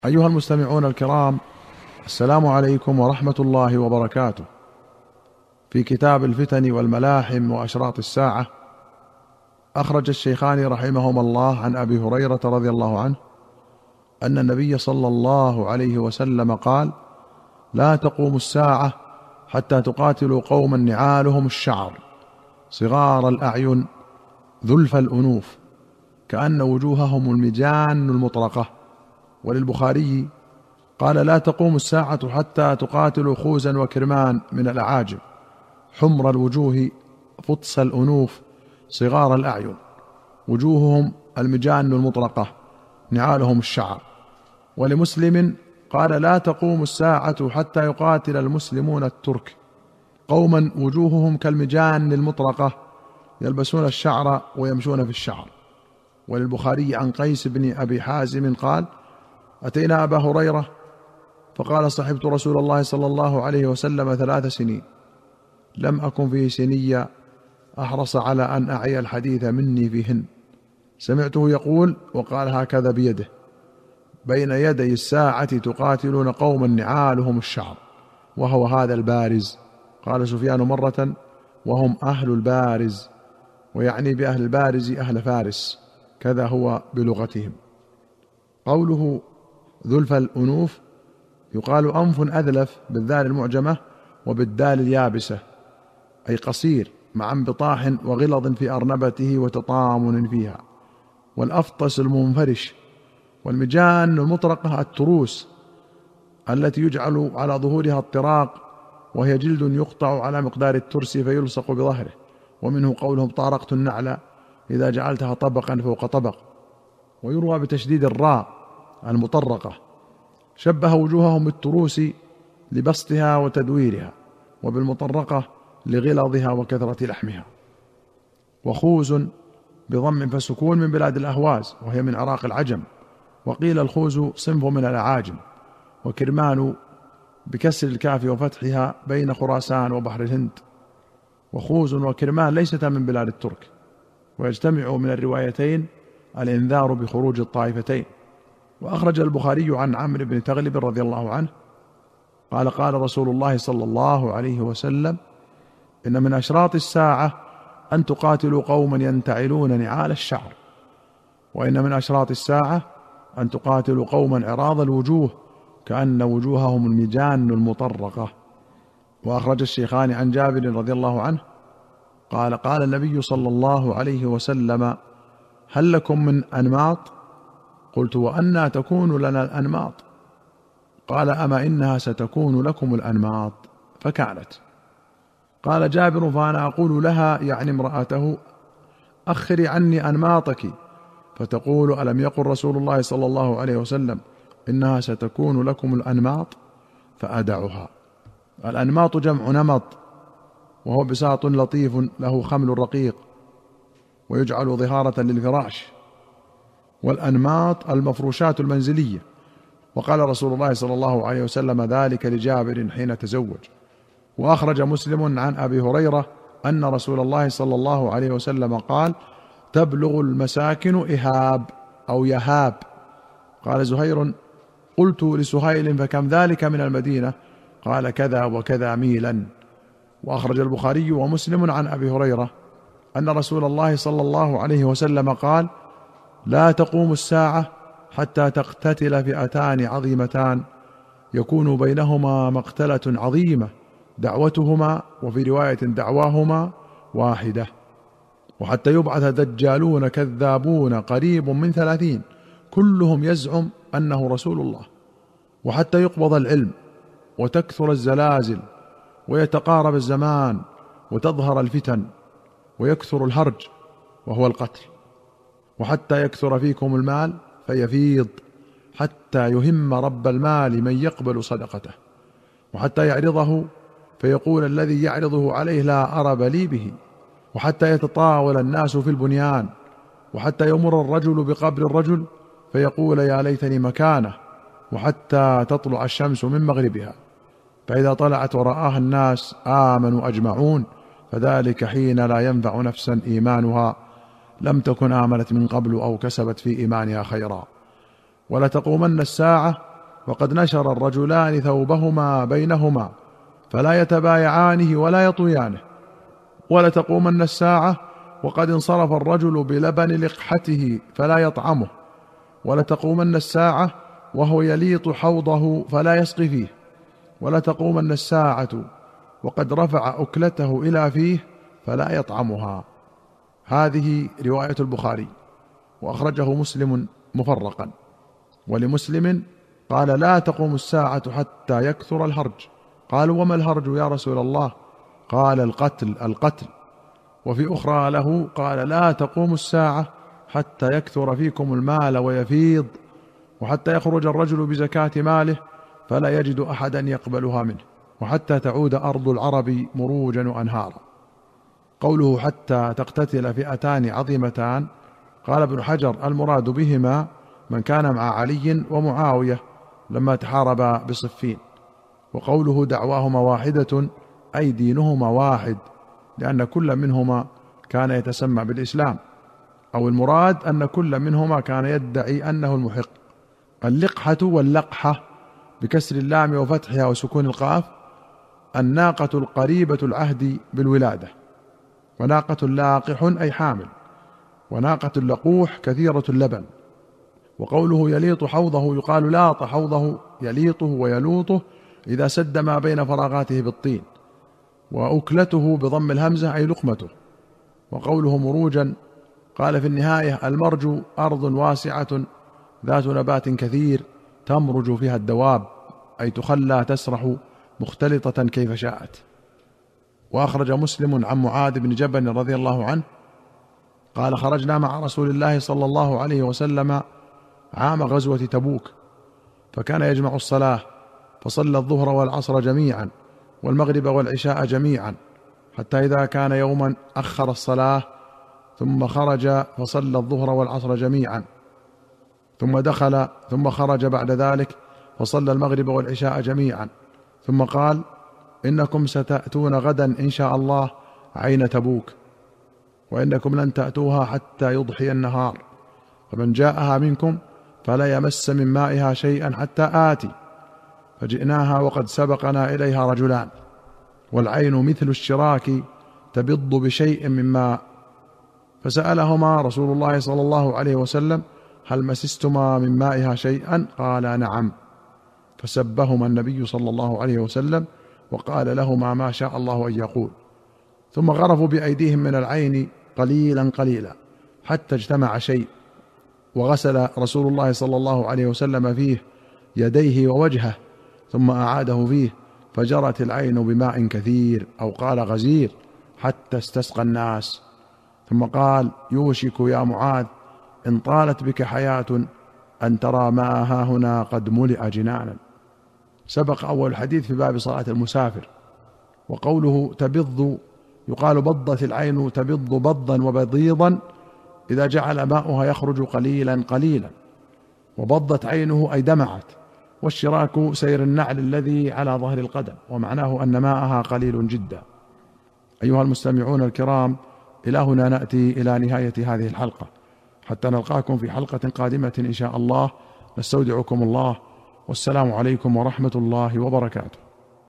أيها المستمعون الكرام، السلام عليكم ورحمة الله وبركاته. في كتاب الفتن والملاحم وأشراط الساعة، أخرج الشيخان رحمهما الله عن أبي هريرة رضي الله عنه أن النبي صلى الله عليه وسلم قال: لا تقوم الساعة حتى تقاتلوا قوما نعالهم الشعر، صغار الأعين، ذلف الأنوف، كأن وجوههم المجان المطرقة. وللبخاري قال: لا تقوم الساعة حتى تقاتلوا خوزا وكرمان من الأعاجم، حمر الوجوه، فطس الأنوف، صغار الأعين، وجوههم المجان المطرقة، نعالهم الشعر. ولمسلم قال: لا تقوم الساعة حتى يقاتل المسلمون الترك، قوما وجوههم كالمجان المطرقة، يلبسون الشعر ويمشون في الشعر. وللبخاري عن قيس بن أبي حازم قال: أتينا أبا هريرة فقال: صحبت رسول الله صلى الله عليه وسلم 3 سنين، لم أكن في سنية أحرص على أن أعي الحديث مني فيهن. سمعته يقول، وقال هكذا بيده: بين يدي الساعة تقاتلون قوما نعالهم الشعر، وهو هذا البارز. قال سفيان مرة: وهم أهل البارز، ويعني بأهل البارز أهل فارس، كذا هو بلغتهم. قوله ذلف الأنوف يقال أنف أذلف بالذال المعجمة وبالدال اليابسة، أي قصير مع انبطاح وغلظ في أرنبته وتطامن فيها. والأفطس المنفرش. والمجان المطرقة التروس التي يجعل على ظهورها الطراق، وهي جلد يقطع على مقدار الترس فيلصق بظهره، ومنه قولهم: طارقت النعل إذا جعلتها طبقا فوق طبق. ويروى بتشديد الراء المطرقة. شبه وجوههم بالتروس لبسطها وتدويرها، وبالمطرقة لغلظها وكثرة لحمها. وخوز بضم فسكون من بلاد الأهواز، وهي من عراق العجم، وقيل الخوز صنف من الأعاجم. وكرمان بكسر الكاف وفتحها بين خراسان وبحر الهند. وخوز وكرمان ليستا من بلاد الترك، ويجتمع من الروايتين الإنذار بخروج الطائفتين. وأخرج البخاري عن عمرو بن تغلب رضي الله عنه قال: قال رسول الله صلى الله عليه وسلم: إن من أشراط الساعة أن تقاتلوا قوما ينتعلون نعال الشعر، وإن من أشراط الساعة أن تقاتلوا قوما عراض الوجوه، كأن وجوههم المجان المطرقة. وأخرج الشيخان عن جابر رضي الله عنه قال: قال النبي صلى الله عليه وسلم: هل لكم من أنماط؟ قلت: وأنى تكون لنا الأنماط؟ قال: أما إنها ستكون لكم الأنماط. فكانت. قال جابر: فأنا أقول لها، يعني امرأته: أخري عني أنماطك. فتقول: ألم يقل رسول الله صلى الله عليه وسلم إنها ستكون لكم الأنماط؟ فأدعها. الأنماط جمع نمط، وهو بساط لطيف له خمل رقيق، ويجعل ظهارة للفراش. والأنماط المفروشات المنزلية. وقال رسول الله صلى الله عليه وسلم ذلك لجابر حين تزوج. وأخرج مسلم عن أبي هريرة أن رسول الله صلى الله عليه وسلم قال: تبلغ المساكن إهاب أو يهاب. قال زهير: قلت لسهيل: فكم ذلك من المدينة؟ قال: كذا وكذا ميلا. وأخرج البخاري ومسلم عن أبي هريرة أن رسول الله صلى الله عليه وسلم قال: لا تقوم الساعة حتى تقتتل فئتان عظيمتان، يكون بينهما مقتلة عظيمة، دعوتهما، وفي رواية دعواهما، واحدة، وحتى يبعث دجالون كذابون قريب من 30 كلهم يزعم أنه رسول الله، وحتى يقبض العلم، وتكثر الزلازل، ويتقارب الزمان، وتظهر الفتن، ويكثر الهرج وهو القتل، وحتى يكثر فيكم المال فيفيض، حتى يهم رب المال من يقبل صدقته، وحتى يعرضه فيقول الذي يعرضه عليه: لا أرب لي به، وحتى يتطاول الناس في البنيان، وحتى يمر الرجل بقبر الرجل فيقول: يا ليتني مكانه، وحتى تطلع الشمس من مغربها، فإذا طلعت ورآها الناس آمنوا أجمعون، فذلك حين لا ينفع نفسا إيمانها لم تكن آمنت من قبل أو كسبت في إيمانها خيرا. ولتقومن الساعة وقد نشر الرجلان ثوبهما بينهما فلا يتبايعانه ولا يطويانه، ولتقومن الساعة وقد انصرف الرجل بلبن لقحته فلا يطعمه، ولتقومن الساعة وهو يليط حوضه فلا يسقي فيه، ولتقومن الساعة وقد رفع أكلته إلى فيه فلا يطعمها. هذه رواية البخاري، وأخرجه مسلم مفرقا. ولمسلم قال: لا تقوم الساعة حتى يكثر الهرج. قالوا: وما الهرج يا رسول الله؟ قال: القتل. وفي أخرى له قال: لا تقوم الساعة حتى يكثر فيكم المال ويفيض، وحتى يخرج الرجل بزكاة ماله فلا يجد أحدا يقبلها منه، وحتى تعود أرض العرب مروجا وأنهارا. قوله حتى تقتتل فئتان عظيمتان، قال ابن حجر: المراد بهما من كان مع علي ومعاوية لما تحاربا بصفين. وقوله دعواهما واحدة أي دينهما واحد، لأن كل منهما كان يتسمى بالإسلام، أو المراد أن كل منهما كان يدعي أنه المحق. اللقحة واللقحة بكسر اللام وفتحها وسكون القاف الناقة القريبة العهد بالولادة، وناقة لاقح أي حامل، وناقة اللقوح كثيرة اللبن. وقوله يليط حوضه يقال لاط حوضه، يليطه ويلوطه إذا سد ما بين فراغاته بالطين. وأكلته بضم الهمزة أي لقمته. وقوله مروجا قال في النهاية: المرج أرض واسعة ذات نبات كثير تمرج فيها الدواب، أي تخلى تسرح مختلطة كيف شاءت. وأخرج مسلم عن معاذ بن جبل رضي الله عنه قال: خرجنا مع رسول الله صلى الله عليه وسلم عام غزوة تبوك، فكان يجمع الصلاة، فصلى الظهر والعصر جميعا والمغرب والعشاء جميعا، حتى إذا كان يوما أخر الصلاة ثم خرج فصلى الظهر والعصر جميعا، ثم دخل ثم خرج بعد ذلك فصلى المغرب والعشاء جميعا، ثم قال: إنكم ستأتون غدا إن شاء الله عين تبوك، وإنكم لن تأتوها حتى يضحي النهار، فمن جاءها منكم فلا يمس من مائها شيئا حتى آتي. فجئناها وقد سبقنا إليها رجلان، والعين مثل الشراك تبض بشيء من ماء، فسألهما رسول الله صلى الله عليه وسلم: هل مسستما من مائها شيئا؟ قال: نعم. فسبهما النبي صلى الله عليه وسلم وقال لهما ما شاء الله أن يقول، ثم غرفوا بأيديهم من العين قليلا قليلا حتى اجتمع شيء، وغسل رسول الله صلى الله عليه وسلم فيه يديه ووجهه، ثم أعاده فيه فجرت العين بماء كثير أو قال غزير حتى استسقى الناس، ثم قال: يوشك يا معاذ إن طالت بك حياة أن ترى ما هاهنا قد ملئ جنانا. سبق أول الحديث في باب صلاة المسافر. وقوله تبض يقال بضت العين تبض بضا وبضيضا إذا جعل ماؤها يخرج قليلا قليلا، وبضت عينه أي دمعت. والشراك سير النعل الذي على ظهر القدم، ومعناه أن ماءها قليل جدا. أيها المستمعون الكرام، إلى هنا نأتي إلى نهاية هذه الحلقة، حتى نلقاكم في حلقة قادمة إن شاء الله. نستودعكم الله، والسلام عليكم ورحمة الله وبركاته.